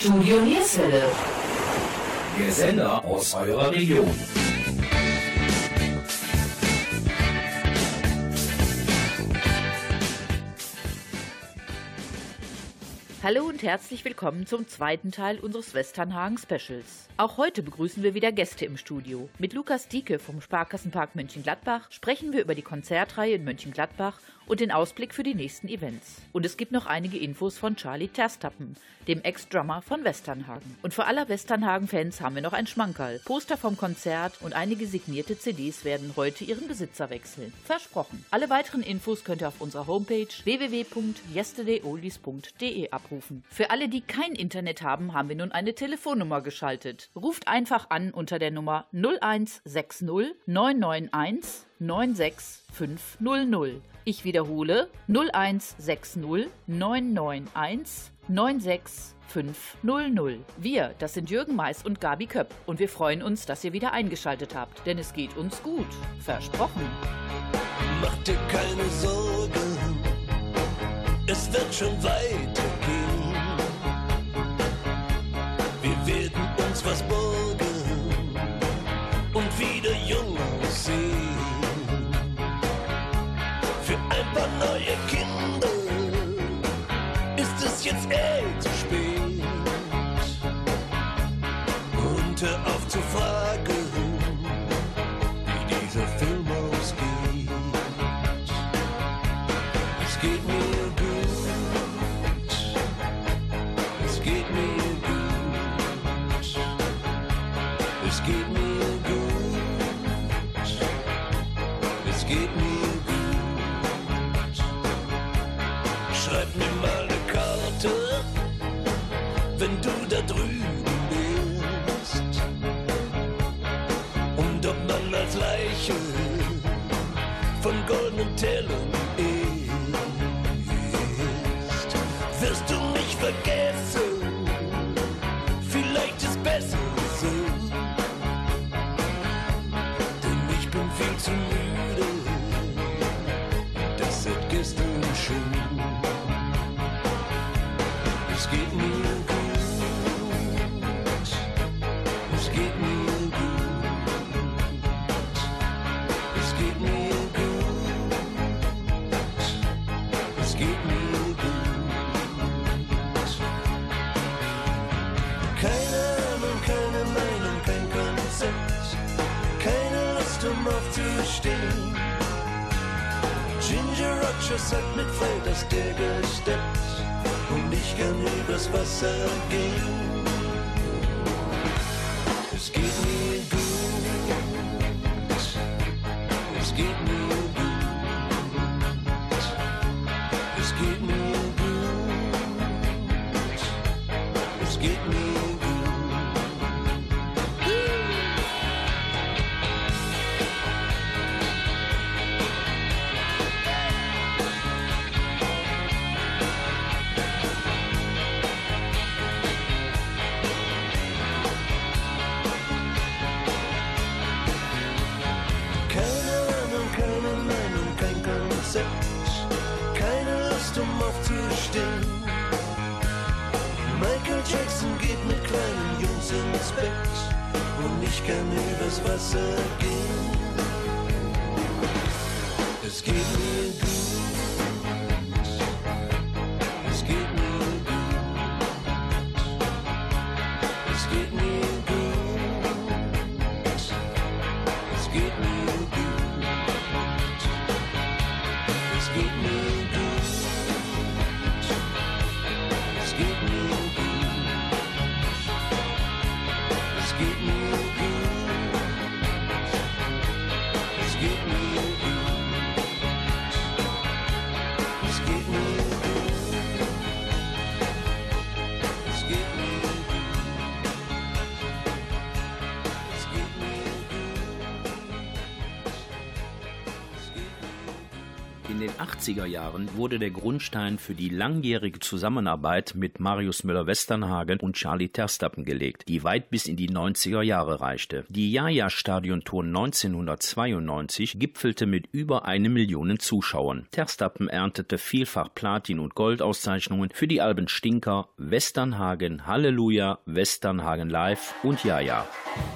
Studio Nierswelle. Der Sender aus eurer Region. Hallo und herzlich willkommen zum zweiten Teil unseres Westernhagen Specials. Auch heute begrüßen wir wieder Gäste im Studio. Mit Lukas Dieke vom Sparkassenpark Mönchengladbach sprechen wir über die Konzertreihe in Mönchengladbach und den Ausblick für die nächsten Events. Und es gibt noch einige Infos von Charlie Terstappen, dem Ex-Drummer von Westernhagen. Und für alle Westernhagen-Fans haben wir noch ein Schmankerl. Poster vom Konzert und einige signierte CDs werden heute ihren Besitzer wechseln. Versprochen. Alle weiteren Infos könnt ihr auf unserer Homepage www.yesterdayoldies.de abrufen. Für alle, die kein Internet haben, haben wir nun eine Telefonnummer geschaltet. Ruft einfach an unter der Nummer 0160 991 96500. Ich wiederhole 0160 991 96500. Wir, das sind Jürgen Mais und Gabi Köpp und wir freuen uns, dass ihr wieder eingeschaltet habt, denn es geht uns gut. Versprochen. Mach dir keine Sorgen, es wird schon weitergehen. Wir werden uns was borgen und wieder jung aussehen. Für ein paar neue Kinder ist es jetzt zu spät. Und hör auf zu fragen, wie dieser Film ausgeht. Es geht mir gut, es geht mir gut, es geht mir gut, es geht mir gut. Schreib mir mal eine Karte, wenn du da drüben bist. Und ob man als Leiche von goldenen Tellern isst, wirst du mich vergessen, vielleicht ist besser so, denn ich bin viel zu müde, das seit gestern schon. Es geht mir gut, es geht mir gut, es geht mir gut, es geht mir gut. Keine Ahnung, keine Meinung, kein Konzept, keine Lust aufzustehen. Ginger Rogers hat mit Fred Astaire gesteppt und ich kann übers Wasser gehen. Es geht mir gut, es geht mir gut, es geht mir gut, es geht mir gut. Aufzustehen. Michael Jackson geht mit kleinen Jungs ins Bett und ich kann übers Wasser gehen. Es geht mir gut, es geht mir gut, es geht mir gut, es geht mir gut, es geht mir gut. In den 80er Jahren wurde der Grundstein für die langjährige Zusammenarbeit mit Marius Müller-Westernhagen und Charlie Terstappen gelegt, die weit bis in die 90er Jahre reichte. Die Jaja-Stadion-Tour 1992 gipfelte mit über 1 Million Zuschauern. Terstappen erntete vielfach Platin- und Goldauszeichnungen für die Alben Stinker, Westernhagen, Halleluja, Westernhagen Live und Jaja.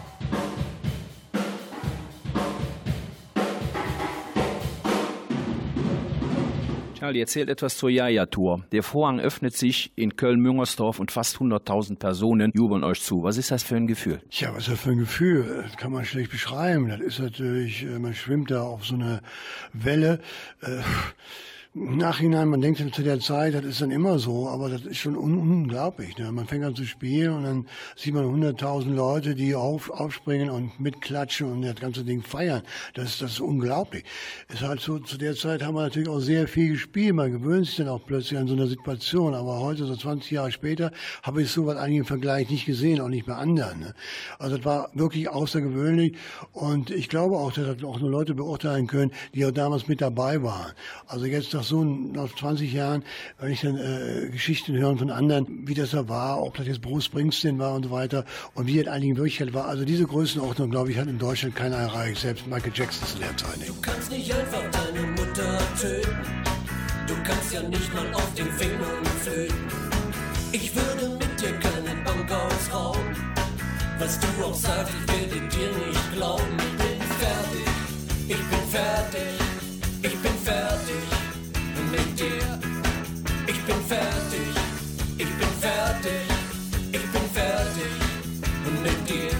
Charlie erzählt etwas zur Jaja-Tour. Der Vorhang öffnet sich in Köln-Müngersdorf und fast 100.000 Personen jubeln euch zu. Was ist das für ein Gefühl? Tja, was ist das für ein Gefühl? Das kann man schlecht beschreiben. Das ist natürlich, man schwimmt da auf so einer Welle. Im Nachhinein, man denkt zu der Zeit, das ist dann immer so, aber das ist schon unglaublich. Ne? Man fängt an zu spielen und dann sieht man 100.000 Leute, die aufspringen und mitklatschen und das ganze Ding feiern. Das ist unglaublich. Ist halt so, zu der Zeit haben wir natürlich auch sehr viel gespielt. Man gewöhnt sich dann auch plötzlich an so einer Situation. Aber heute, so 20 Jahre später, habe ich sowas eigentlich im Vergleich nicht gesehen, auch nicht bei anderen. Ne? Also das war wirklich außergewöhnlich und ich glaube auch, dass das auch nur Leute beurteilen können, die auch damals mit dabei waren. Also jetzt nach 20 Jahren, wenn ich dann Geschichten höre von anderen, wie das da war, ob das jetzt Bruce Springsteen war und so weiter und wie das eigentlich in Wirklichkeit war. Also diese Größenordnung, glaube ich, hat in Deutschland keiner erreicht, selbst Michael Jackson zu der Zeit nicht. Du kannst nicht einfach deine Mutter töten, du kannst ja nicht mal auf den Fingern flöten. Ich würde mit dir keine Bank ausrauben, was du auch sagst, ich werde dir nicht glauben. Ich bin fertig, ich bin fertig, ich bin fertig. Mit dir, ich bin fertig, ich bin fertig, ich bin fertig mit dir.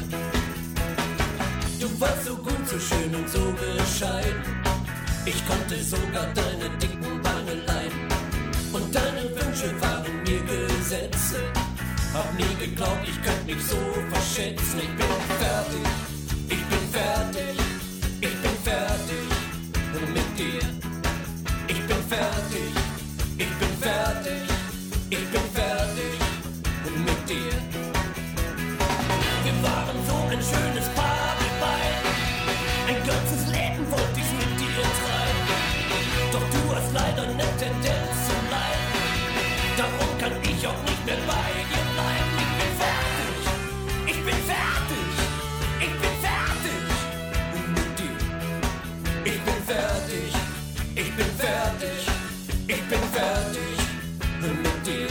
Du warst so gut, so schön und so bescheiden. Ich konnte sogar deine dicken Beine leiden. Und deine Wünsche waren mir Gesetze. Hab nie geglaubt, ich könnte mich so verschätzen. Ich bin fertig, ich bin fertig, ich bin fertig mit dir. Ich bin fertig, ich bin fertig, ich bin fertig mit dir. Wir waren so ein schönes Paar, wir beide. Ein ganzes Leben wollte ich mit dir treiben. Doch du hast leider eine Tendenz zum Leiden. Darum kann ich auch nicht mehr bei dir bleiben. Ich bin fertig, ich bin fertig, ich bin fertig mit dir. Ich bin fertig. Ich bin fertig, ich bin fertig mit dir.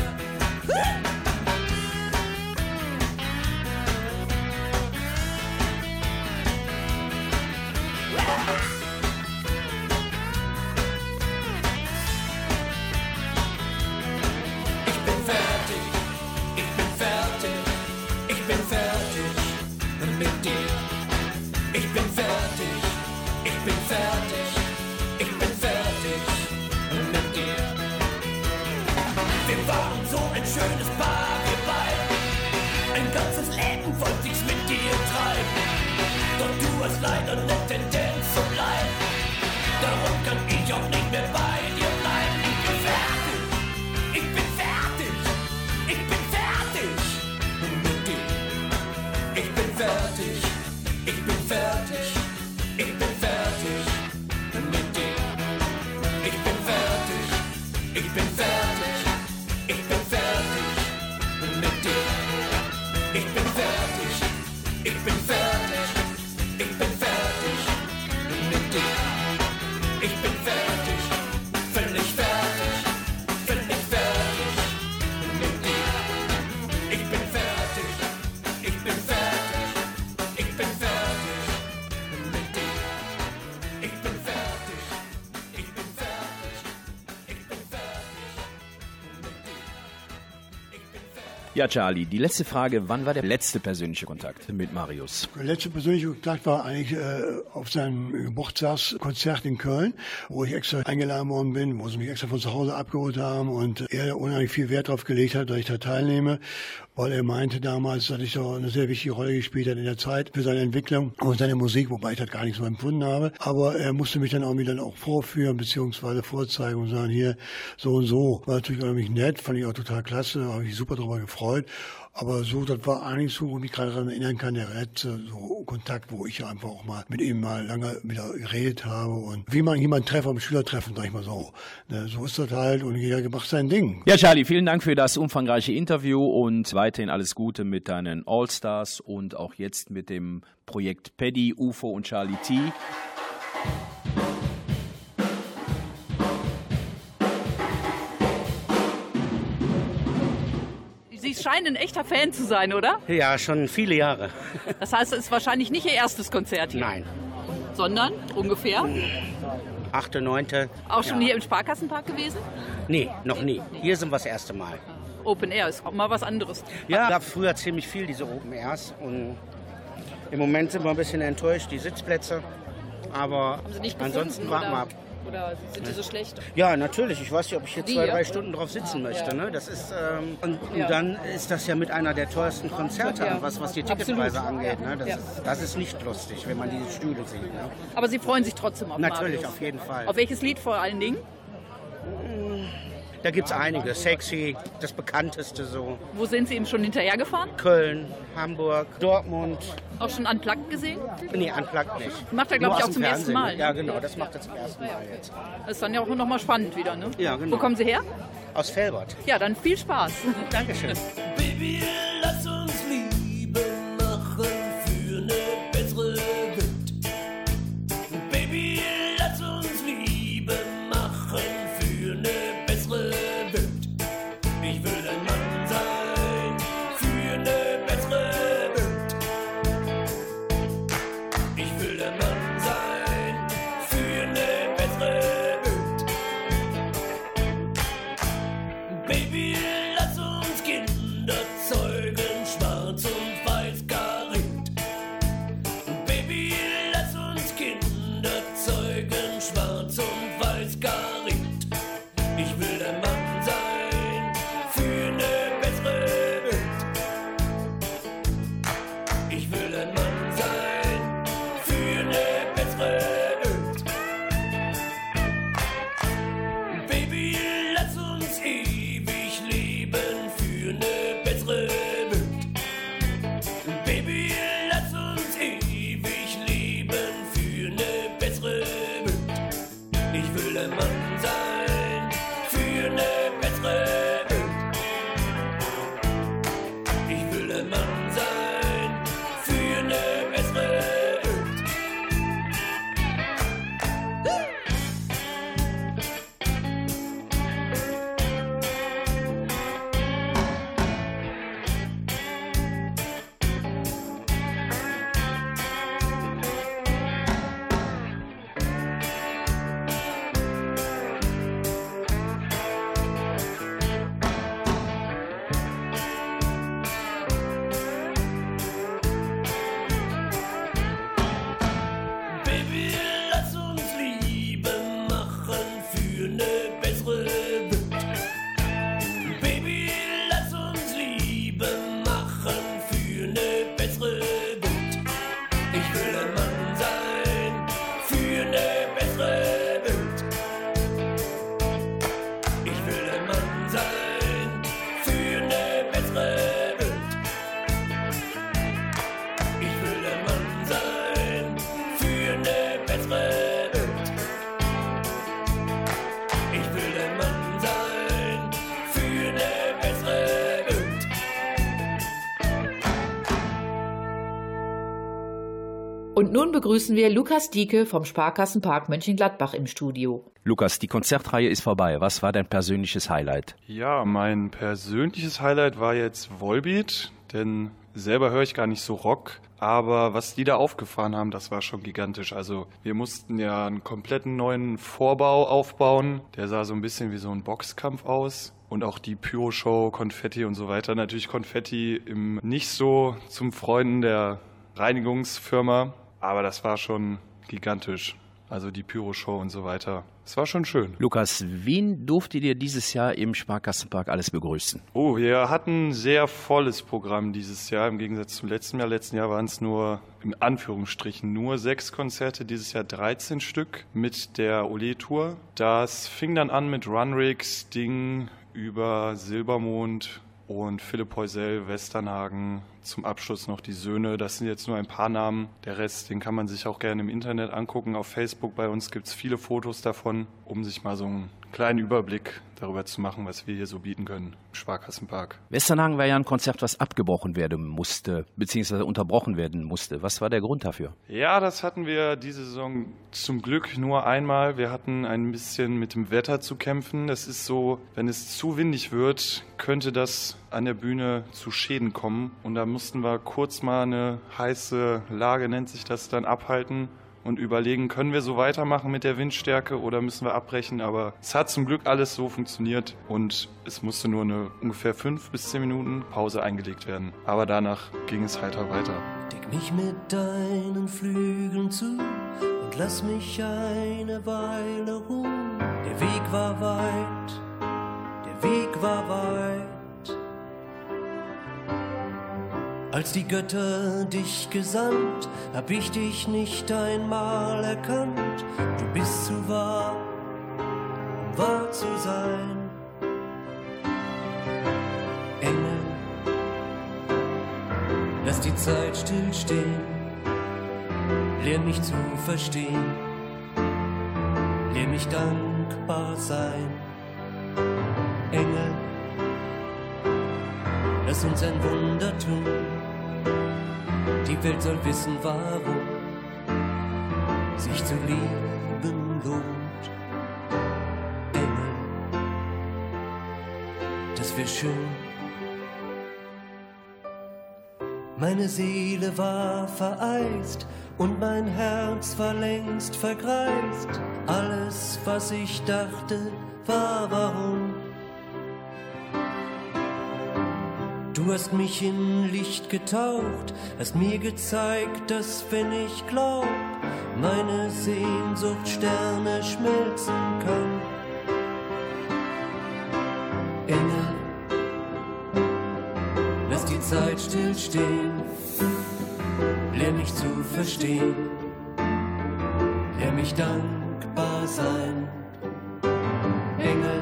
Ich bin fertig, ich bin fertig, ich bin fertig mit dir. Ich bin fertig, ich bin fertig. Ich bin fertig mit dir. Wir waren so ein schönes Paar, wir beide. Ein ganzes Leben wollte ich's mit dir treiben. Doch du hast leider eine Tendenz zum Leiden. Darum kann ich auch nicht mehr bei dir bleiben. Ich bin fertig, ich bin fertig, ich bin fertig mit dir. Ich bin fertig, ich bin fertig, ich bin fertig mit dir. Ich bin fertig, ich bin fertig, ich bin fertig mit dir. Ich bin fertig, ich bin fertig, ich bin fertig mit dir. Ich bin fertig, völlig fertig, völlig fertig mit dir. Ich bin fertig, ich bin fertig, ich bin fertig mit dir. Ich bin fertig, ich bin fertig, ich bin fertig mit dir. Ich bin fertig. Ja, Charlie, die letzte Frage. Wann war der letzte persönliche Kontakt mit Marius? Der letzte persönliche Kontakt war eigentlich auf seinem Geburtstagskonzert in Köln, wo ich extra eingeladen worden bin, wo sie mich extra von zu Hause abgeholt haben und er unheimlich viel Wert darauf gelegt hat, dass ich da teilnehme, weil er meinte damals, dass ich so eine sehr wichtige Rolle gespielt habe in der Zeit für seine Entwicklung und seine Musik, wobei ich das gar nicht so empfunden habe. Aber er musste mich dann auch vorführen beziehungsweise vorzeigen und sagen, hier so und so. War natürlich unheimlich nett, fand ich auch total klasse, habe ich super darüber gefreut. gefreut. Aber so, das war eigentlich so, wo ich mich gerade daran erinnern kann, der letzte so Kontakt, wo ich einfach auch mal mit ihm mal lange wieder geredet habe und wie man jemanden trefft am Schülertreffen, sag ich mal so. Ne, so ist das halt und jeder macht sein Ding. Ja, Charlie, vielen Dank für das umfangreiche Interview und weiterhin alles Gute mit deinen All-Stars und auch jetzt mit dem Projekt Paddy, UFO und Charlie T. Sie scheinen ein echter Fan zu sein, oder? Ja, schon viele Jahre. Das heißt, es ist wahrscheinlich nicht Ihr erstes Konzert hier. Nein. Sondern ungefähr? 8., 9. Auch schon hier im Sparkassenpark gewesen? Nee, noch nie. Hier sind wir das erste Mal. Open Air ist auch mal was anderes. Ja, es gab früher ziemlich viel, diese Open Airs. Und im Moment sind wir ein bisschen enttäuscht, die Sitzplätze. Aber Haben Sie nicht ansonsten gefunden, warten wir ab. Oder sind die so schlecht? Ja, natürlich. Ich weiß nicht, ob ich hier Die, 2, ja. 3 Stunden drauf sitzen möchte. Ne? Das ist, und Ja. dann ist das ja mit einer der teuersten Konzerte, Ja. was die Absolut. Ticketpreise angeht. Ne? Ja. Das ist nicht lustig, wenn man diese Stühle sieht. Ne? Aber Sie freuen sich trotzdem auf Natürlich, Marius. auf jeden Fall. Auf welches Lied vor allen Dingen? Da gibt es einige. Sexy, das bekannteste so. Wo sind Sie ihm schon hinterhergefahren? Köln, Hamburg, Dortmund. Auch schon unplugged gesehen? Nee, unplugged nicht. Macht er, glaube Nur ich, aus auch dem zum ersten Fernsehen. Mal. Ne? Ja, genau, das macht er zum ersten Mal jetzt. Das ist dann ja auch noch mal spannend wieder, ne? Ja, genau. Wo kommen Sie her? Aus Velbert. Ja, dann viel Spaß. Dankeschön. Baby, lass uns Liebe machen für eine bessere Welt. Baby, lass uns Liebe machen für eine bessere Welt. Ich will ein Mann sein für eine bessere Welt. Ich will ein Mann sein für eine bessere Welt. Baby, lass uns Kinder zeugen, schwarz und weiß kariert. Baby, lass uns Kinder zeugen, schwarz und weiß kariert. Ich will ein Mann sein für eine bessere Welt. Ich will ein Mann sein für eine bessere Welt. Baby, lass uns ewig leben für eine bessere Welt. Baby, lass uns ewig leben für eine bessere Welt. Ich will ein Mann sein für eine bessere Welt. Ich will ein Mann sein für eine bessere Welt. Baby, lass uns Liebe machen für eine bessere Welt. Baby, lass uns Liebe machen für eine bessere Welt. Ich will ein Mann sein für eine bessere Welt. Ich will ein Mann sein für eine bessere Welt. Ich will ein Mann sein für eine bessere Welt. Ich will ein Mann sein für eine bessere Welt. Und nun begrüßen wir Lukas Dieke vom Sparkassenpark Mönchengladbach im Studio. Lukas, die Konzertreihe ist vorbei. Was war dein persönliches Highlight? Ja, mein persönliches Highlight war jetzt Volbeat, denn selber höre ich gar nicht so Rock, aber was die da aufgefahren haben, das war schon gigantisch. Also wir mussten ja einen kompletten neuen Vorbau aufbauen, der sah so ein bisschen wie so ein Boxkampf aus. Und auch die Pyro-Show, Konfetti und so weiter. Natürlich Konfetti im nicht so zum Freunden der Reinigungsfirma, aber das war schon gigantisch. Also die Pyro-Show und so weiter. Es war schon schön. Lukas, wen durftet ihr dieses Jahr im Sparkassenpark alles begrüßen? Oh, wir hatten ein sehr volles Programm dieses Jahr, im Gegensatz zum letzten Jahr. Letzten Jahr waren es nur, in Anführungsstrichen, nur 6 Konzerte, dieses Jahr 13 Stück mit der Ole-Tour. Das fing dann an mit Runrig, Sting, über Silbermond, und Philipp Heusel, Westernhagen, zum Abschluss noch die Söhne. Das sind jetzt nur ein paar Namen. Der Rest, den kann man sich auch gerne im Internet angucken. Auf Facebook bei uns gibt es viele Fotos davon, um sich mal so einen kleinen Überblick darüber zu machen, was wir hier so bieten können im Sparkassenpark. Westernhagen war ja ein Konzert, was abgebrochen werden musste, beziehungsweise unterbrochen werden musste. Was war der Grund dafür? Ja, das hatten wir diese Saison zum Glück nur einmal. Wir hatten ein bisschen mit dem Wetter zu kämpfen. Das ist so, wenn es zu windig wird, könnte das an der Bühne zu Schäden kommen. Und da mussten wir kurz mal eine heiße Lage, nennt sich das dann, abhalten und überlegen, können wir so weitermachen mit der Windstärke oder müssen wir abbrechen. Aber es hat zum Glück alles so funktioniert und es musste nur eine ungefähr 5 bis 10 Minuten Pause eingelegt werden. Aber danach ging es heiter weiter. Deck mich mit deinen Flügeln zu und lass mich eine Weile ruhen. Der Weg war weit, der Weg war weit. Als die Götter dich gesandt, hab ich dich nicht einmal erkannt. Du bist zu wahr, um wahr zu sein. Engel, lass die Zeit stillstehen, lehr mich zu verstehen, lehr mich dankbar sein. Engel, lass uns ein Wunder tun. Die Welt soll wissen, warum sich zu lieben lohnt. Engel, das wär schön. Meine Seele war vereist und mein Herz war längst vergreist. Alles, was ich dachte, war warum. Du hast mich in Licht getaucht, hast mir gezeigt, dass wenn ich glaub, meine Sehnsucht Sterne schmelzen kann. Engel, lass die Zeit stillstehen, lehr mich zu verstehen, lehr mich dankbar sein. Engel,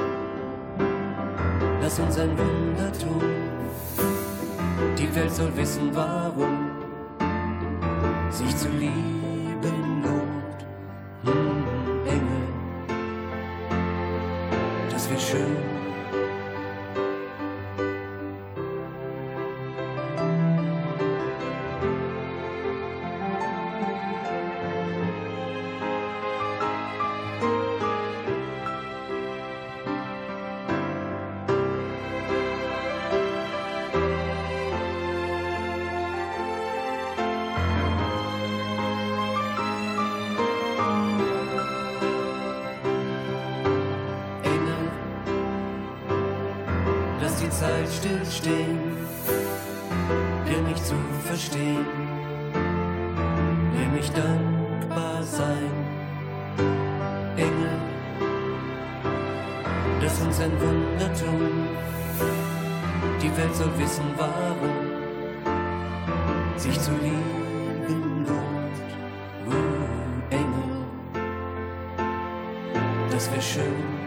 lass uns ein Wunder tun. Die Welt soll wissen, warum sich zu lieben lohnt. Engel, das wär schön. Zeit stillstehen, lehr mich zu verstehen, lehr mich dankbar sein. Engel, lass uns ein Wunder tun. Die Welt soll wissen, warum sich zu lieben lohnt. Engel, das wär schön.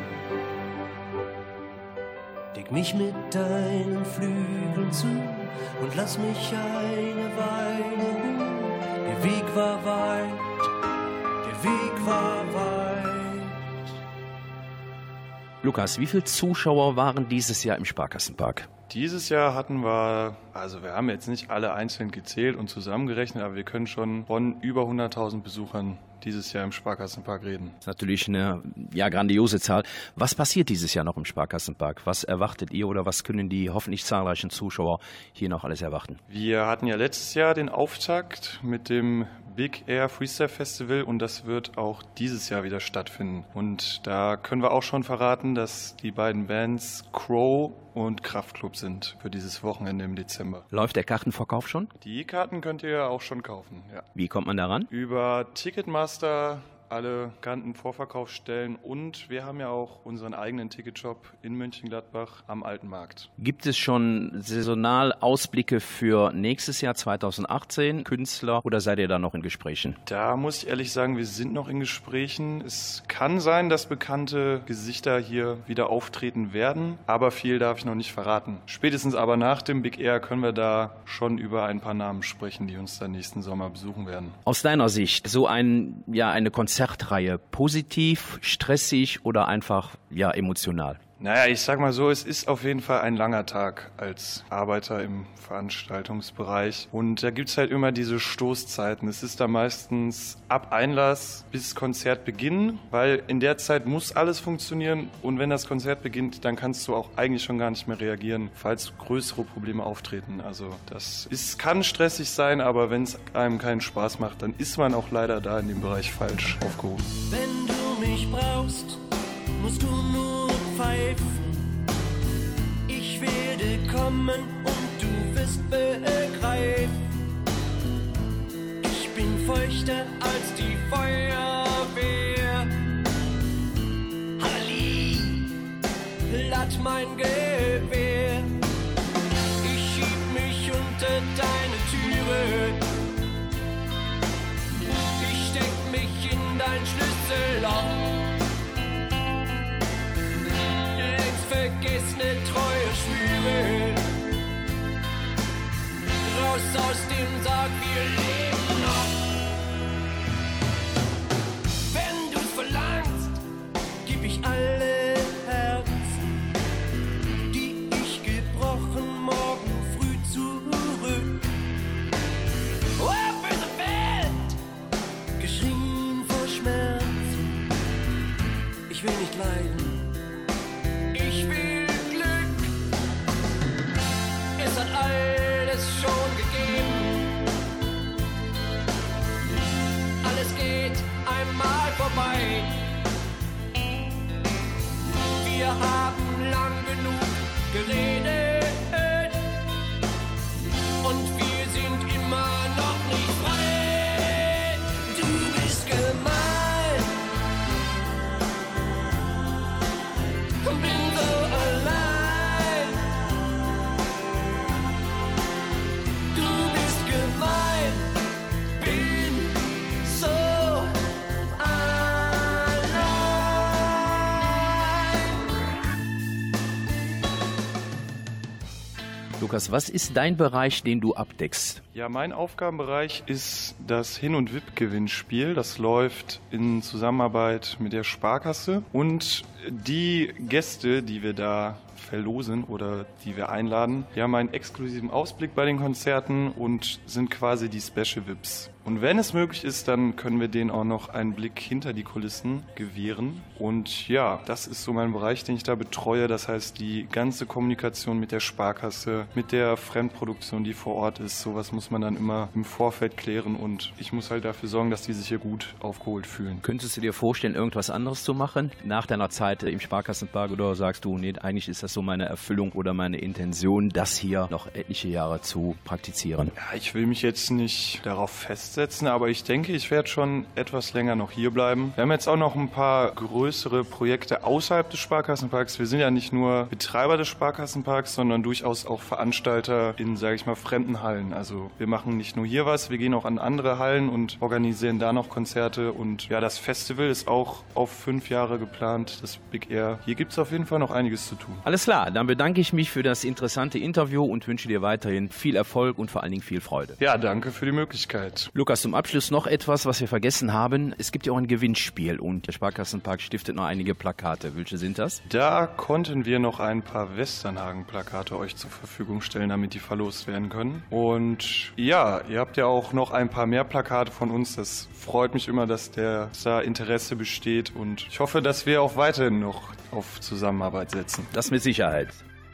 Deck mich mit deinen Flügeln zu und lass mich eine Weile ruhen. Der Weg war weit, der Weg war weit. Lukas, wie viele Zuschauer waren dieses Jahr im Sparkassenpark? Dieses Jahr hatten wir, also wir haben jetzt nicht alle einzeln gezählt und zusammengerechnet, aber wir können schon von über 100.000 Besuchern dieses Jahr im Sparkassenpark reden. Das ist natürlich eine grandiose Zahl. Was passiert dieses Jahr noch im Sparkassenpark? Was erwartet ihr oder was können die hoffentlich zahlreichen Zuschauer hier noch alles erwarten? Wir hatten ja letztes Jahr den Auftakt mit dem Big Air Freestyle Festival und das wird auch dieses Jahr wieder stattfinden. Und da können wir auch schon verraten, dass die beiden Bands Crow und Kraftklub sind für dieses Wochenende im Dezember. Läuft der Kartenverkauf schon? Die Karten könnt ihr auch schon kaufen, ja. Wie kommt man daran? Über Ticketmaster alle bekannten Vorverkaufsstellen und wir haben ja auch unseren eigenen Ticketshop in Mönchengladbach am Alten Markt. Gibt es schon saisonal Ausblicke für nächstes Jahr 2018, Künstler, oder seid ihr da noch in Gesprächen? Da muss ich ehrlich sagen, wir sind noch in Gesprächen. Es kann sein, dass bekannte Gesichter hier wieder auftreten werden, aber viel darf ich noch nicht verraten. Spätestens aber nach dem Big Air können wir da schon über ein paar Namen sprechen, die uns dann nächsten Sommer besuchen werden. Aus deiner Sicht, so eine Konzertreihe, positiv, stressig oder einfach emotional? Naja, ich sag mal so, es ist auf jeden Fall ein langer Tag als Arbeiter im Veranstaltungsbereich. Und da gibt's halt immer diese Stoßzeiten. Es ist da meistens ab Einlass bis Konzertbeginn, weil in der Zeit muss alles funktionieren. Und wenn das Konzert beginnt, dann kannst du auch eigentlich schon gar nicht mehr reagieren, falls größere Probleme auftreten. Also kann stressig sein, aber wenn es einem keinen Spaß macht, dann ist man auch leider da in dem Bereich falsch aufgehoben. Wenn du mich brauchst, musst du nur pfeifen. Ich werde kommen und du wirst begreifen. Ich bin feuchter als die Feuerwehr. Halli, latt mein Gewehr. Ich schieb mich unter deine Türe. Ich steck mich in dein Schlüsselloch. Vergessene treue Schwüre. Raus aus dem Sarg, wir leben noch. Wenn du's verlangst, gib ich alle Herzen, die ich gebrochen, morgen früh zurück. Oh, böse Welt, geschrien vor Schmerzen. Ich will nicht leiden. Ich will Glück, es hat alles schon gegeben. Alles geht einmal vorbei. Wir haben lang genug geredet und wir sind immer noch nicht frei. Du bist gemein. Bin so allein. Du bist gemein. Bin so allein. Lukas, was ist dein Bereich, den du abdeckst? Ja, mein Aufgabenbereich ist das Hin- und VIP-Gewinnspiel. Das läuft in Zusammenarbeit mit der Sparkasse. Und die Gäste, die wir da verlosen oder die wir einladen, die haben einen exklusiven Ausblick bei den Konzerten und sind quasi die Special VIPs. Und wenn es möglich ist, dann können wir denen auch noch einen Blick hinter die Kulissen gewähren. Und ja, das ist so mein Bereich, den ich da betreue. Das heißt, die ganze Kommunikation mit der Sparkasse, mit der Fremdproduktion, die vor Ort ist, sowas muss man dann immer im Vorfeld klären. Und ich muss halt dafür sorgen, dass die sich hier gut aufgeholt fühlen. Könntest du dir vorstellen, irgendwas anderes zu machen nach deiner Zeit im Sparkassenpark, oder sagst du, nee, eigentlich ist das so meine Erfüllung oder meine Intention, das hier noch etliche Jahre zu praktizieren? Ja, ich will mich jetzt nicht darauf festsetzen, aber ich denke, ich werde schon etwas länger noch hier bleiben. Wir haben jetzt auch noch ein paar größere Projekte außerhalb des Sparkassenparks. Wir sind ja nicht nur Betreiber des Sparkassenparks, sondern durchaus auch Veranstalter in, sage ich mal, fremden Hallen. Also wir machen nicht nur hier was, wir gehen auch an andere Hallen und organisieren da noch Konzerte. Und ja, das Festival ist auch auf 5 Jahre geplant, das Big Air. Hier gibt es auf jeden Fall noch einiges zu tun. Alles klar, dann bedanke ich mich für das interessante Interview und wünsche dir weiterhin viel Erfolg und vor allen Dingen viel Freude. Ja, danke für die Möglichkeit. Lukas, zum Abschluss noch etwas, was wir vergessen haben. Es gibt ja auch ein Gewinnspiel und der Sparkassenpark stiftet noch einige Plakate. Welche sind das? Da konnten wir noch ein paar Westernhagen-Plakate euch zur Verfügung stellen, damit die verlost werden können. Und ja, ihr habt ja auch noch ein paar mehr Plakate von uns. Das freut mich immer, dass da Interesse besteht und ich hoffe, dass wir auch weiterhin noch auf Zusammenarbeit setzen. Das mit Sicherheit.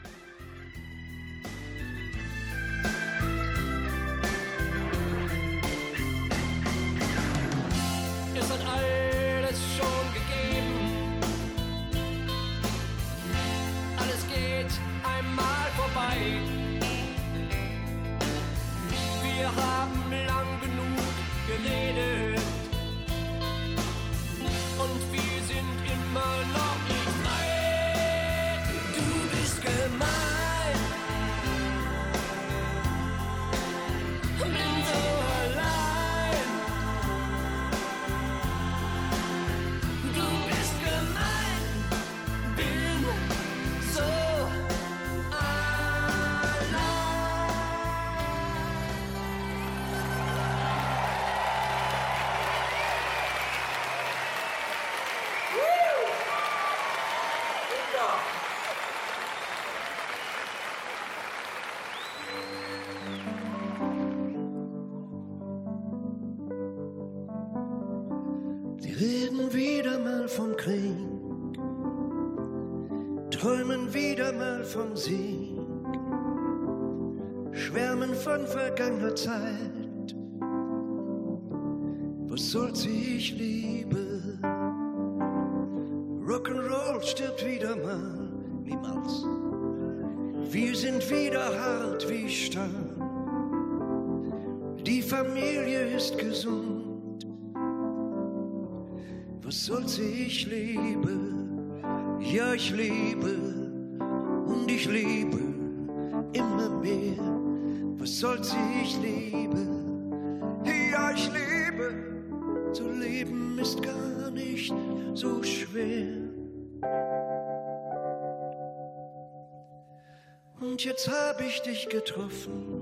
Es hat alles schon gegeben. Alles geht einmal vorbei. Wir haben lang genug geredet vom Krieg, träumen wieder mal vom Sieg, schwärmen von vergangener Zeit. Was soll sie, ich liebe? Rock'n'Roll stirbt wieder mal, niemals. Wir sind wieder hart wie Stahl. Die Familie ist gesund. Was soll sie, ich liebe? Ja, ich liebe und ich liebe immer mehr. Was soll sie, ich liebe? Ja, ich liebe. Zu leben ist gar nicht so schwer. Und jetzt hab ich dich getroffen.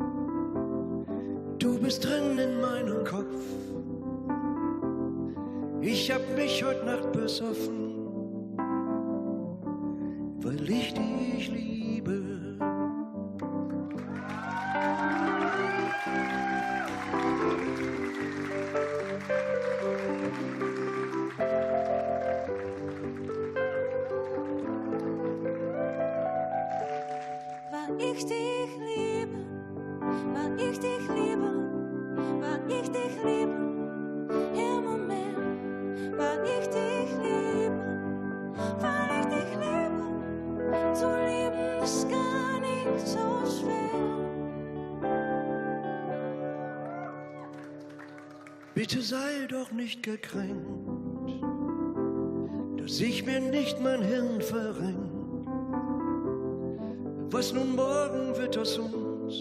Du bist drin in meinem Kopf. Ich hab mich heute Nacht besoffen, weil ich dich liebe. Weil ich dich liebe, weil ich dich liebe, weil ich dich liebe, im Moment, weil ich dich liebe, weil ich dich liebe, zu lieben ist gar nicht so schwer. Bitte sei doch nicht gekränkt, dass ich mir nicht mein Hirn verrenkt. Was nun morgen wird aus uns?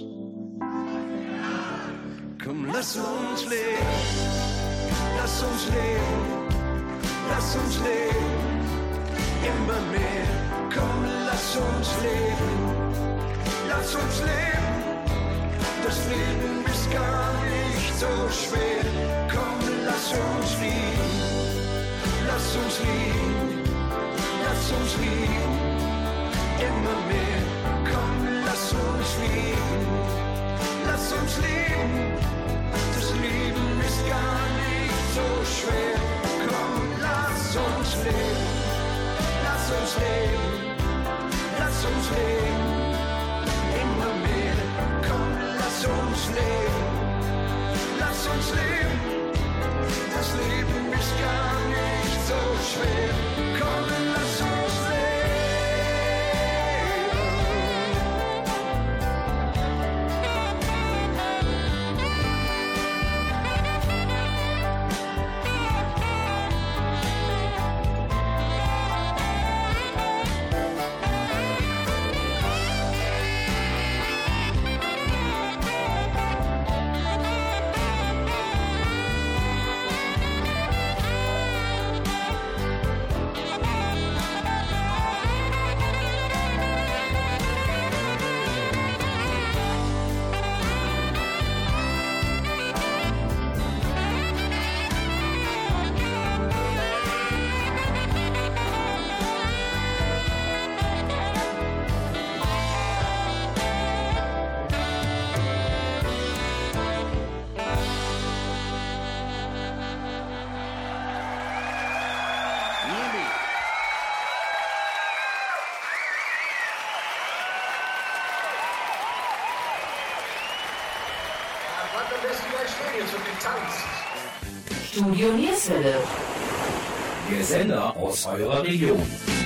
Komm, lass uns leben, lass uns leben, lass uns leben, immer mehr. Komm, lass uns leben, lass uns leben. Das Leben ist gar nicht so schwer. Komm, lass uns lieben, lass uns lieben, lass uns lieben, immer mehr. Komm, lass uns lieben, lass uns lieben. Das Leben ist gar nicht so schwer. Komm, lass uns leben, lass uns leben, lass uns leben, immer mehr. Komm, lass uns leben, lass uns leben. Das Leben ist gar nicht so schwer. Komm, lass uns leben. Studio Nierswelle. Der Sender aus eurer Region.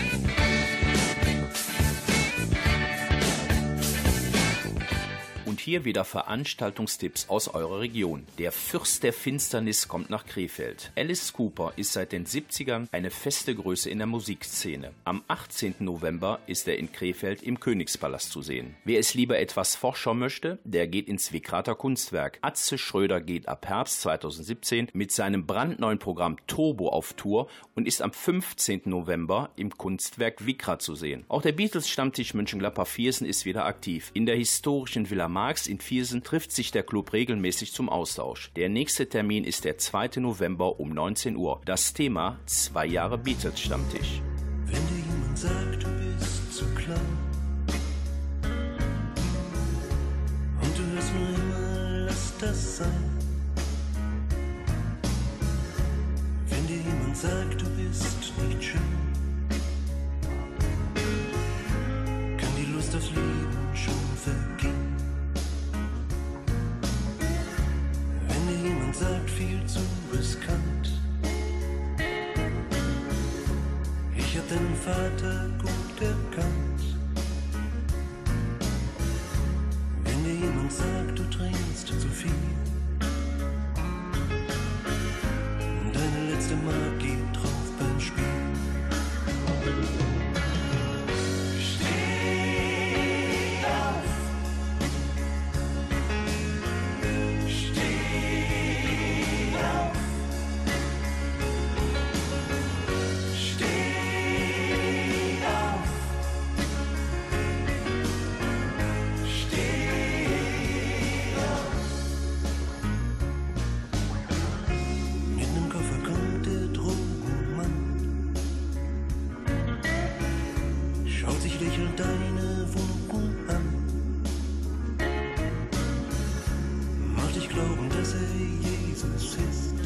Und hier wieder Veranstaltungstipps aus eurer Region. Der Fürst der Finsternis kommt nach Krefeld. Alice Cooper ist seit den 70ern eine feste Größe in der Musikszene. Am 18. November ist er in Krefeld im Königspalast zu sehen. Wer es lieber etwas forscher möchte, der geht ins Wickrater Kunstwerk. Atze Schröder geht ab Herbst 2017 mit seinem brandneuen Programm Turbo auf Tour und ist am 15. November im Kunstwerk Wickrat zu sehen. Auch der Beatles-Stammtisch Mönchengladbach-Viersen ist wieder aktiv. In der historischen Villa Marx in Viersen trifft sich der Club regelmäßig zum Austausch. Der nächste Termin ist der 2. November um 19 Uhr. Das Thema: 2 Jahre Beatles-Stammtisch. Wenn dir jemand sagt, du bist zu klein und du hörst nur immer, lass das sein. Wenn dir jemand jemand sagt, du bist nicht schön, kann die Lust aufs Leben schon vergehen. Wenn dir jemand sagt, viel zu riskant, ich hab deinen Vater gut erkannt. Wenn dir jemand sagt, du trinkst zu viel, deine letzte Mark geht drauf beim Spiel. Steh auf. Steh auf. Steh auf. Steh auf. Mit nem Koffer kommt der Drogenmann, schaut sich lächelnd deine Wunden an, macht dich glauben, dass er Jesus ist,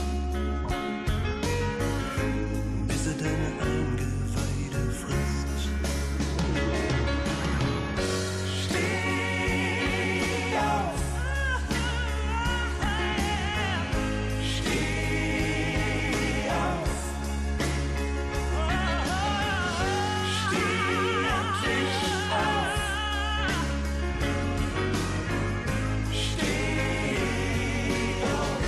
bis er deine Eingeweide frisst. Steh auf. Steh auf. Steh endlich auf. Steh auf.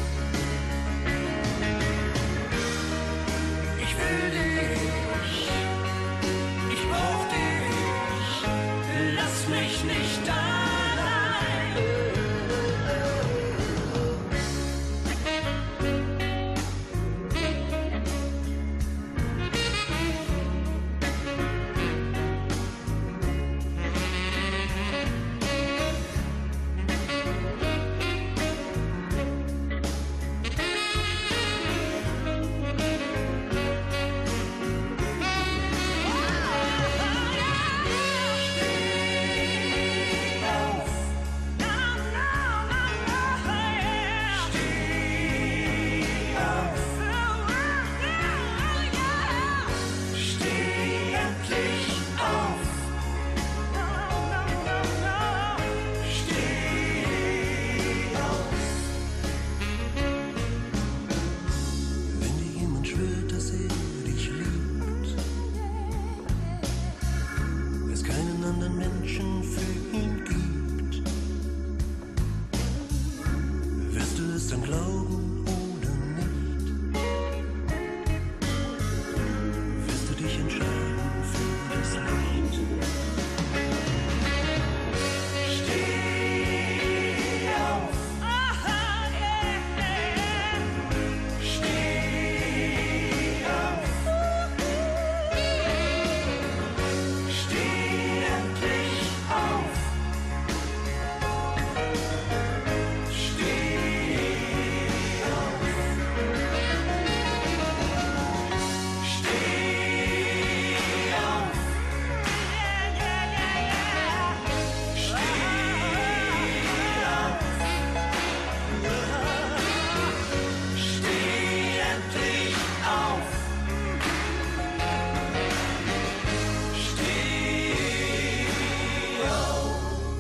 Ich will dich, ich brauch dich, lass mich nicht allein. Wenn dir jemand schwört, dass er dich liebt, es keinen anderen Menschen für ihn gibt, wirst du es dann glauben oder nicht? Wirst du dich entscheiden für das Licht? Steh auf. Steh auf. Steh endlich auf. Steh auf. Steh auf. Steh endlich auf. Steh auf.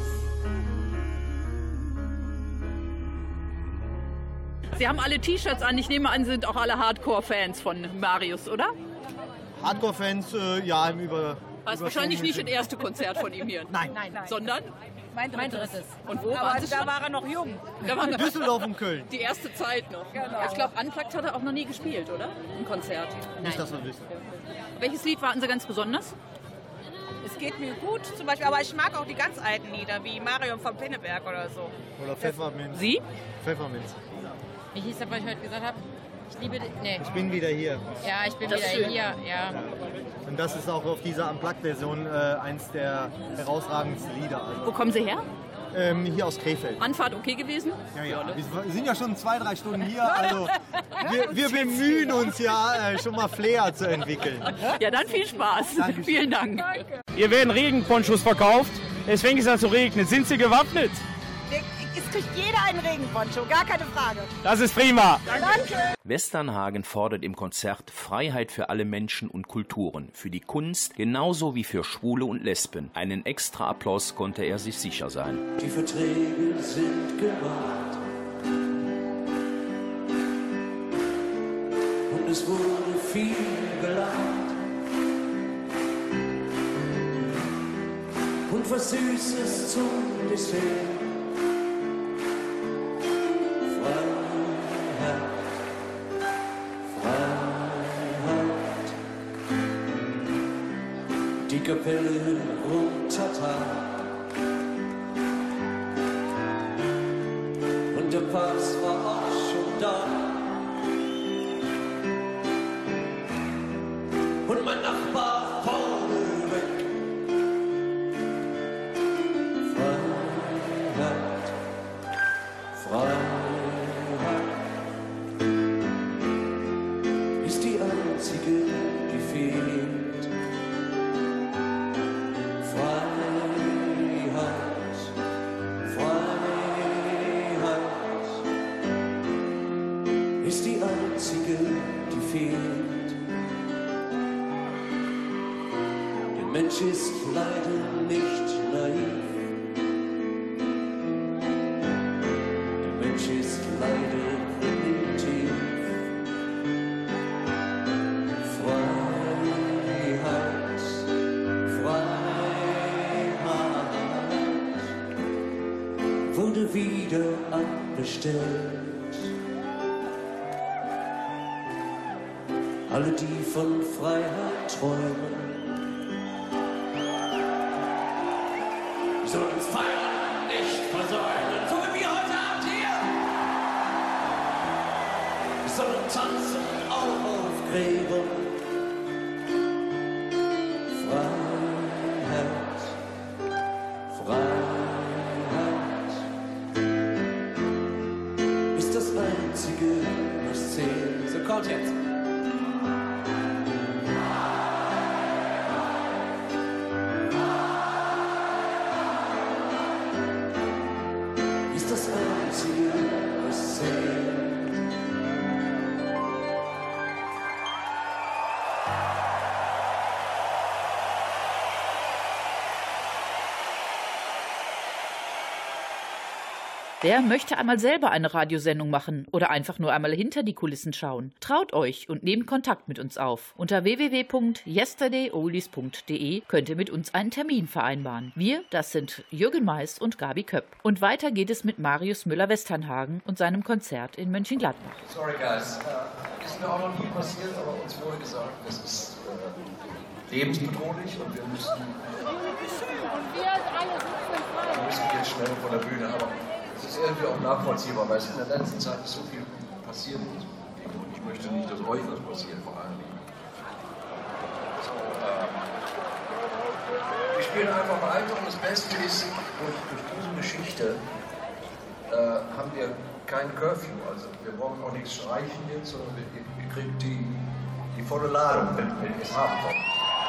Sie haben alle T-Shirts an. Ich nehme an, Sie sind auch alle Hardcore-Fans von Marius, oder? Hardcore-Fans, ja, im Das ist wahrscheinlich nicht das erste Konzert von ihm hier. Nein. Sondern? Mein drittes. Und wo Aber waren Sie da schon? war er noch jung. Da waren Düsseldorf und Köln. Die erste Zeit noch. Genau. Ich glaube, Unplugged hat er auch noch nie gespielt, oder? Ein Konzert. Nicht, dass wir wissen. Welches Lied warten Sie ganz besonders? Es geht mir gut zum Beispiel, aber ich mag auch die ganz alten Lieder, wie Marion von Pinneberg oder so. Oder Pfefferminz. Sie? Pfefferminz. Wie hieß das, was ich heute gesagt habe? Ich liebe dich. Nee. Ich bin wieder hier. Ja, ich bin Das wieder ist schön. hier. Ja. Und das ist auch auf dieser Unplugged-Version eins der herausragendsten Lieder. Wo kommen Sie her? Hier aus Krefeld. Anfahrt okay gewesen? Ja. Wir sind ja schon 2-3 Stunden hier, also wir bemühen uns ja schon mal Flair zu entwickeln. Ja, dann viel Spaß. Dankeschön. Vielen Dank. Hier werden Regenponchos verkauft. Es fängt es an zu regnen. Sind Sie gewappnet? Es kriegt jeder einen Regenponcho, gar keine Frage. Das ist prima. Danke. Westernhagen fordert im Konzert Freiheit für alle Menschen und Kulturen, für die Kunst genauso wie für Schwule und Lesben. Einen extra Applaus konnte er sich sicher sein. Die Verträge sind gemacht und es wurde viel gelacht und was Süßes zum Dessert. Die Kapelle runtertat und der Papst war auch schon da und mein Nachbar vorne weg. Freiheit, Freiheit ist die einzige, die fehlt. Die fehlt. Der Mensch ist leider nicht naiv. Der Mensch ist leider primitiv. Freiheit, Freiheit wurde wieder abbestellt. Alle, die von Freiheit träumen, sollen uns feiern, nicht versäumen, so wie wir heute Abend hier. Wir sollen tanzen, auch auf Gräbern. Freiheit, Freiheit ist das Einzige, was zählt. So kommt jetzt. Wer möchte einmal selber eine Radiosendung machen oder einfach nur einmal hinter die Kulissen schauen? Traut euch und nehmt Kontakt mit uns auf. Unter www.yesterdayoldies.de könnt ihr mit uns einen Termin vereinbaren. Wir, das sind Jürgen Meist und Gabi Köpp. Und weiter geht es mit Marius Müller-Westernhagen und seinem Konzert in Mönchengladbach. Sorry guys, ist mir auch noch nie passiert, aber uns wurde gesagt, das ist lebensbedrohlich und wir müssen jetzt schnell von der Bühne, aber es ist irgendwie auch nachvollziehbar, weil es in der letzten Zeit so viel passiert ist. Und ich möchte nicht, dass euch was passiert, vor allem. So, wir spielen einfach weiter und das Beste ist, durch diese Geschichte haben wir kein Curfew. Also wir brauchen auch nichts streichen jetzt, sondern ihr kriegt die volle Ladung, wenn ihr es haben wollt.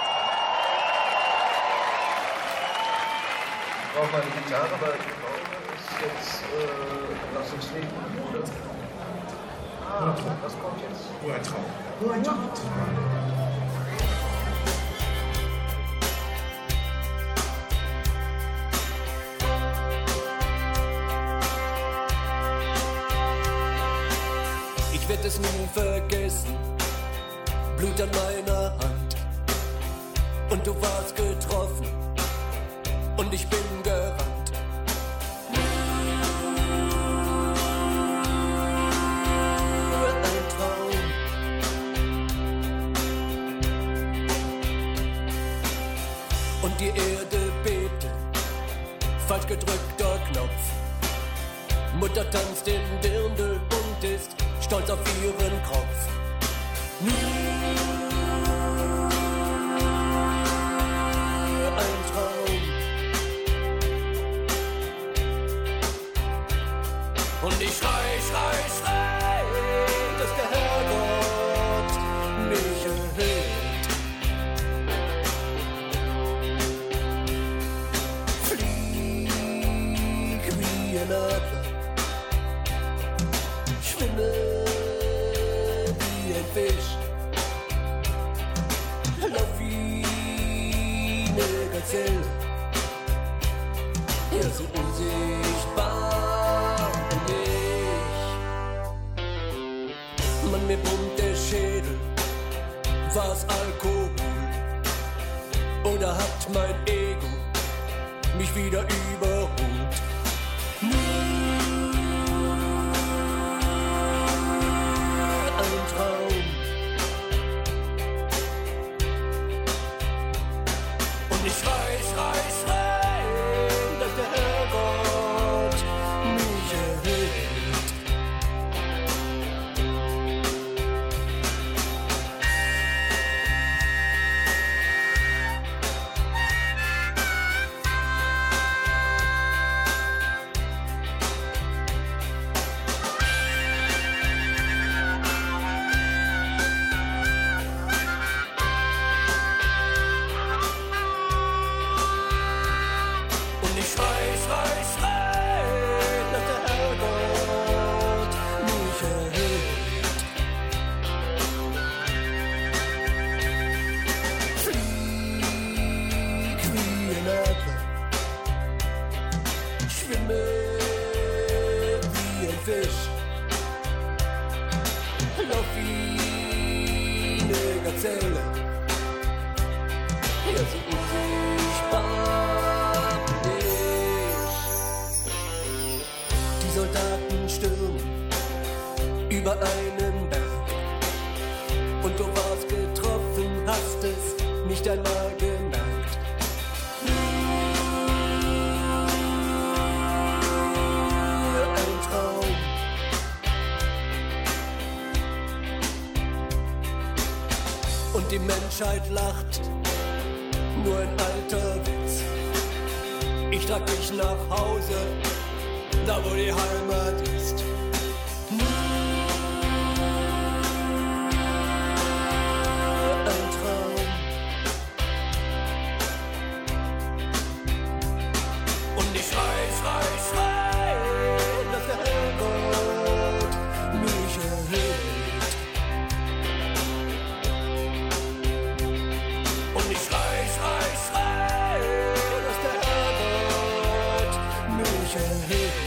Ich brauche meine Gitarre, aber ich glaube, jetzt lass uns legen, oder? Ah, das kommt jetzt. Nur ein Traum. Nur ein Traum. Ich werde es nie vergessen, Blut an meiner Hand. Und du warst getroffen und ich bin gerannt. Und die Erde bebte, falsch gedrückter Knopf. Mutter tanzt im Dirndl und ist stolz auf ihren Kopf. Nur ein Traum. Und ich schrei, dass der Herrgott mich erhält. Flieg wie ein Adler Gazelle. Ja, so unsichtbar bin ich. Mann, mir brummt der Schädel. War's Alkohol? Oder hat mein Ego mich wieder überholt? Ein Traum. Und ich weiß, dass der Herrgott mich erhält. Die Menschheit lacht, nur ein alter Witz. Ich trag dich nach Hause, da wo die Heimat ist. Ein Traum. Und ich weiß, dass der Herrgott mich erhält. Und ich weiß, dass der Herrgott mich erhält.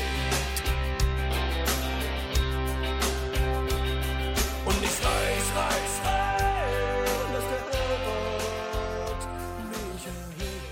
Und ich weiß, dass der Herrgott mich erhält.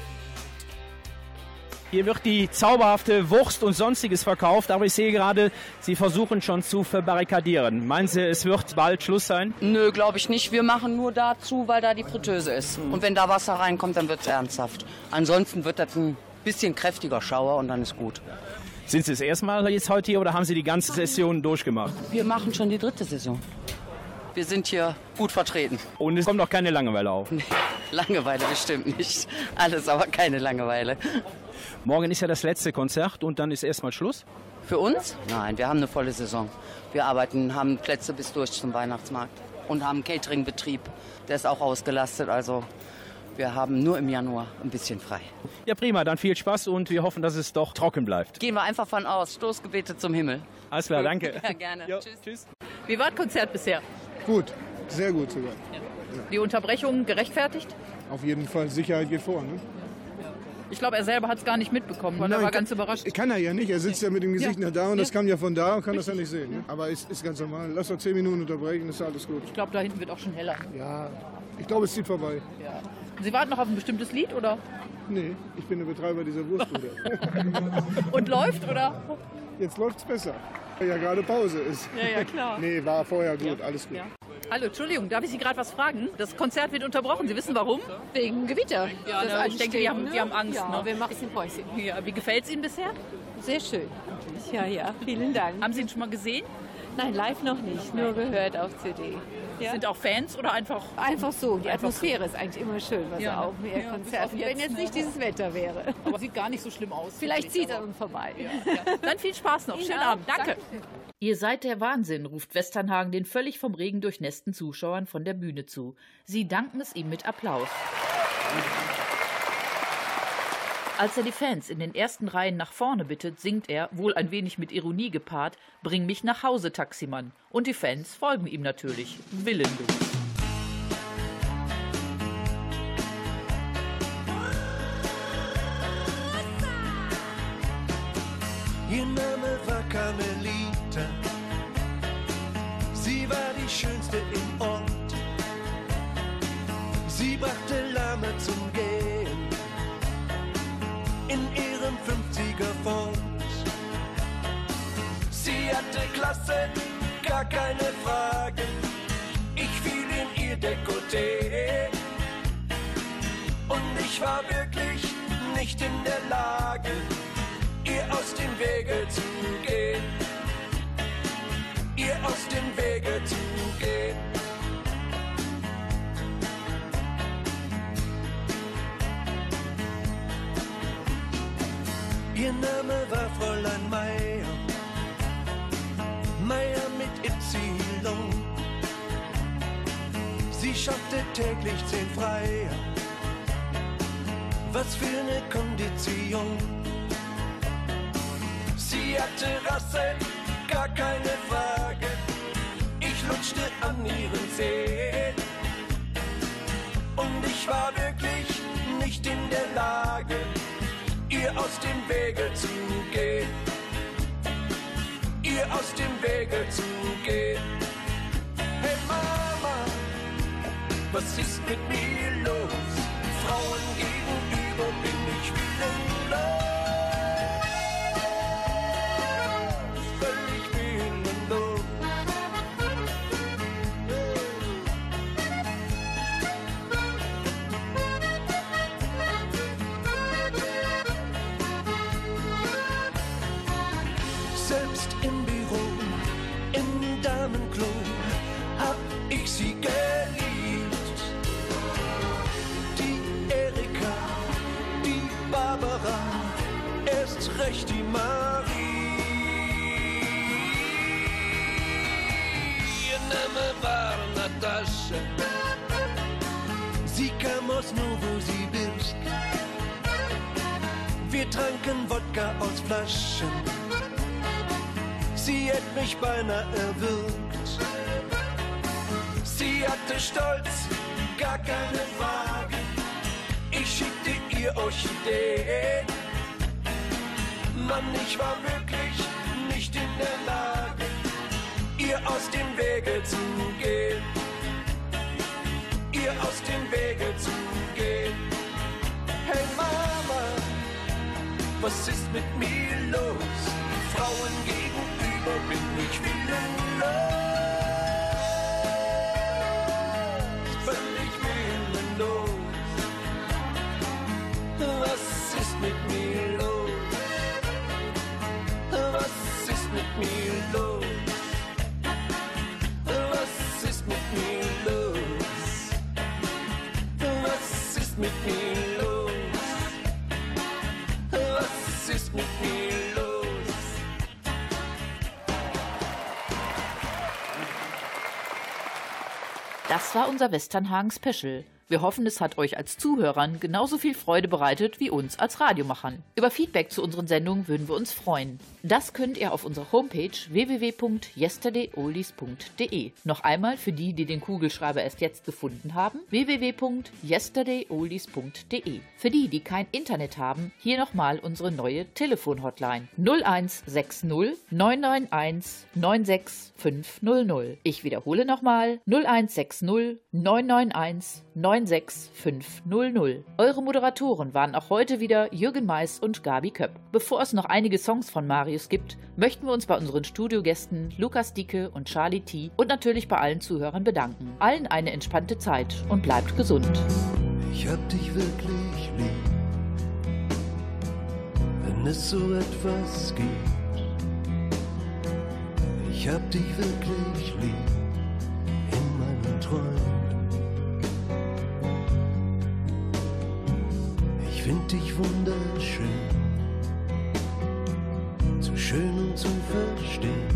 Hier wird die zauberhafte Wurst und Sonstiges verkauft, aber ich sehe gerade, Sie versuchen schon zu verbarrikadieren. Meinen Sie, es wird bald Schluss sein? Nö, glaube ich nicht. Wir machen nur dazu, weil da die Fritteuse ist. Und wenn da Wasser reinkommt, dann wird es ernsthaft. Ansonsten wird das ein bisschen kräftiger Schauer und dann ist gut. Sind Sie das erste Mal jetzt heute hier oder haben Sie die ganze Session durchgemacht? Wir machen schon die 3. Saison. Wir sind hier gut vertreten. Und es kommt noch keine Langeweile auf? Nee, Langeweile bestimmt nicht. Alles, aber keine Langeweile. Morgen ist ja das letzte Konzert und dann ist erstmal Schluss? Für uns? Nein, wir haben eine volle Saison. Wir haben Plätze bis durch zum Weihnachtsmarkt und haben einen Catering-Betrieb. Der ist auch ausgelastet, also wir haben nur im Januar ein bisschen frei. Ja, prima, dann viel Spaß und wir hoffen, dass es doch trocken bleibt. Gehen wir einfach von aus. Stoßgebete zum Himmel. Alles klar, danke. Ja, gerne. Jo, tschüss. Wie war das Konzert bisher? Gut, sehr gut sogar. Ja. Die Unterbrechung gerechtfertigt? Auf jeden Fall, Sicherheit geht vor. Ne? Ich glaube, er selber hat es gar nicht mitbekommen, weil er war ganz überrascht. Kann er ja nicht, er sitzt ja mit dem Gesicht nach da und das kam ja von da und kann das ja nicht sehen. Ne? Aber es ist ganz normal. Lass doch 10 Minuten unterbrechen, ist alles gut. Ich glaube, da hinten wird auch schon heller. Ja, ich glaube, es zieht vorbei. Ja. Sie warten noch auf ein bestimmtes Lied, oder? Nee, ich bin der Betreiber dieser Wurstbude. Und läuft, oder? Jetzt läuft's besser, weil ja gerade Pause ist. Ja, klar. Nee, war vorher gut, alles gut. Ja. Hallo, Entschuldigung, darf ich Sie gerade was fragen? Das Konzert wird unterbrochen. Sie wissen warum? Wegen Gewitter. Ja, ne, ich denke, die haben Angst. Ja, ne? wir machen es in Päuschen. Ja, wie gefällt es Ihnen bisher? Sehr schön. Ja, vielen Dank. Haben Sie ihn schon mal gesehen? Nein, live noch nicht, nur gehört auf CD. Ja? Sind auch Fans oder einfach? Einfach so. Die Atmosphäre ist eigentlich immer schön, was auch mehr Konzert. Wenn jetzt nicht dieses Wetter wäre. Aber sieht gar nicht so schlimm aus. Vielleicht zieht er uns vorbei. Ja. Dann viel Spaß noch. Schönen Abend. Danke. Ihr seid der Wahnsinn, ruft Westernhagen den völlig vom Regen durchnässten Zuschauern von der Bühne zu. Sie danken es ihm mit Applaus. Als er die Fans in den ersten Reihen nach vorne bittet, singt er, wohl ein wenig mit Ironie gepaart, »Bring mich nach Hause, Taximann«. Und die Fans folgen ihm natürlich, willenlos. Ihr Name war Carmelita, sie war die Schönste im Ort. Sie brachte Lahme zum Gehen in ihrem 50er Ford. Sie hatte Klasse, gar keine Frage, ich fiel in ihr Dekolleté. Und ich war wirklich nicht in der Lage, ihr aus dem Wege zu gehen, ihr aus dem Wege zu gehen. Ihr Name war Fräulein Meier, Meier mit Y. Sie schaffte täglich 10 Freier, was für eine Kondition. Sie hatte Rasse, gar keine Frage, ich lutschte an ihren Zehen. Und ich war wirklich nicht in der Lage, ihr aus dem Wege zu gehen, ihr aus dem Wege zu gehen. Hey Mama, was ist mit mir los? Frauen gegenüber bin ich willenlos, völlig willenlos. Selbst im Büro, im Damenklo, hab ich sie geliebt. Die Erika, die Barbara, erst recht die Marie. Ihr Name war Natascha, sie kam aus Novosibirsk. Wir tranken Wodka aus Flaschen, sie hätt mich beinahe erwürgt. Sie hatte Stolz, gar keine Frage, ich schickte ihr Orchideen. Mann, ich war wirklich nicht in der Lage, ihr aus dem Wege zu gehen, ihr aus dem Wege zu gehen. Hey Mama, was ist mit mir los? Frauen gegenüber bin ich willenlos, völlig willenlos. Was ist mit mir los? Was ist mit mir los? Was ist mit mir los? Was ist mit mir los? Was ist mit mir los? Das war unser Westernhagen-Special. Wir hoffen, es hat euch als Zuhörern genauso viel Freude bereitet wie uns als Radiomachern. Über Feedback zu unseren Sendungen würden wir uns freuen. Das könnt ihr auf unserer Homepage www.yesterdayoldies.de. Noch einmal für die, die den Kugelschreiber erst jetzt gefunden haben, www.yesterdayoldies.de. Für die, die kein Internet haben, hier nochmal unsere neue Telefon-Hotline 0160 991 96500. Ich wiederhole nochmal 0160 991 96500. Eure Moderatoren waren auch heute wieder Jürgen Mais und Gabi Köpp. Bevor es noch einige Songs von Marius gibt, möchten wir uns bei unseren Studiogästen Lukas Dicke und Charlie T. und natürlich bei allen Zuhörern bedanken. Allen eine entspannte Zeit und bleibt gesund. Ich hab dich wirklich lieb, wenn es so etwas gibt. Ich hab dich wirklich lieb in meinen Träumen. Ich find dich wunderschön, zu schön um zu verstehen,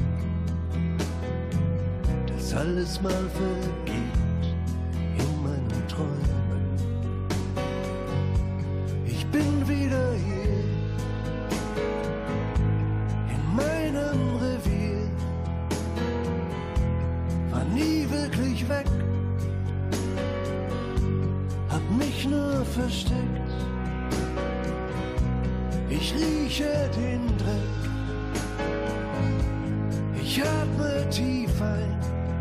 dass alles mal vergeht in meinen Träumen. Ich bin wieder hier in meinem Revier, war nie wirklich weg, hab mich nur versteckt. Ich rieche den Dreck Ich atme tief ein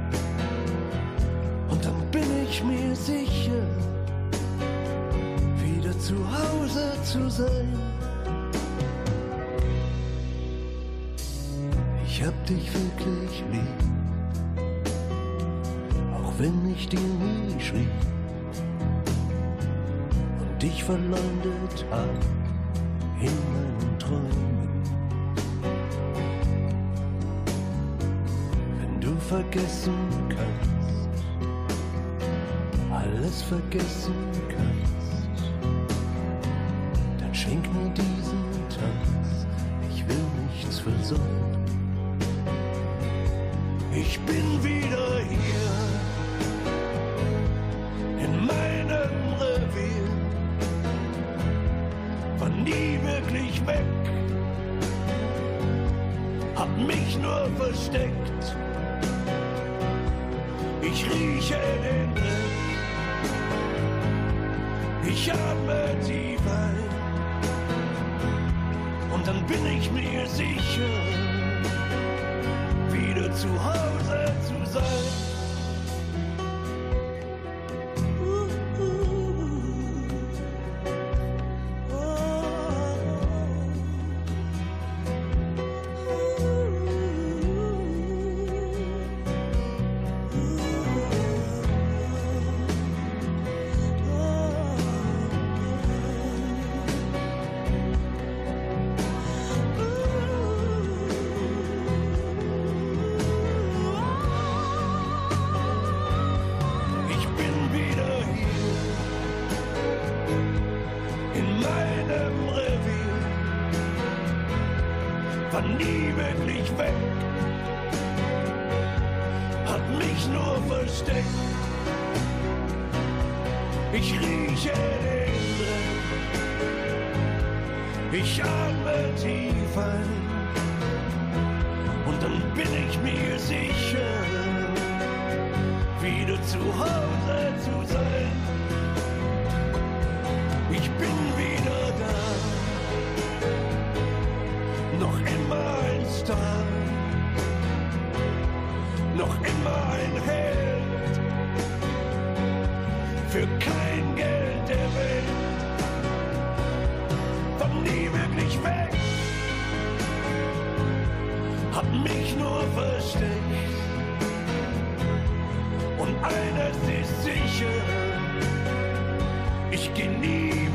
und dann bin ich mir sicher, wieder zu Hause zu sein. Ich hab dich wirklich lieb, auch wenn ich dir nie schrieb und dich verleumdet hab in meinen Träumen. Wenn du vergessen kannst, alles vergessen kannst, dann schenk mir diesen Tanz, ich will nichts versäumen. Ich bin wieder hier in meinem Revier, war nie wirklich weg, hab mich nur versteckt. Ich rieche den Dreck, ich atme tief ein und dann bin ich mir sicher, wieder zu Hause zu sein. War nie wirklich weg, hat mich nur versteckt. Ich rieche den Dreck, ich atme tief ein und dann bin ich mir sicher, wieder zu Hause zu sein. Ich bin wieder da, noch immer ein Star, noch immer ein Held, für kein Geld der Welt, war nie wirklich weg, hab mich nur versteckt. Und eines ist sicher, ich geh nie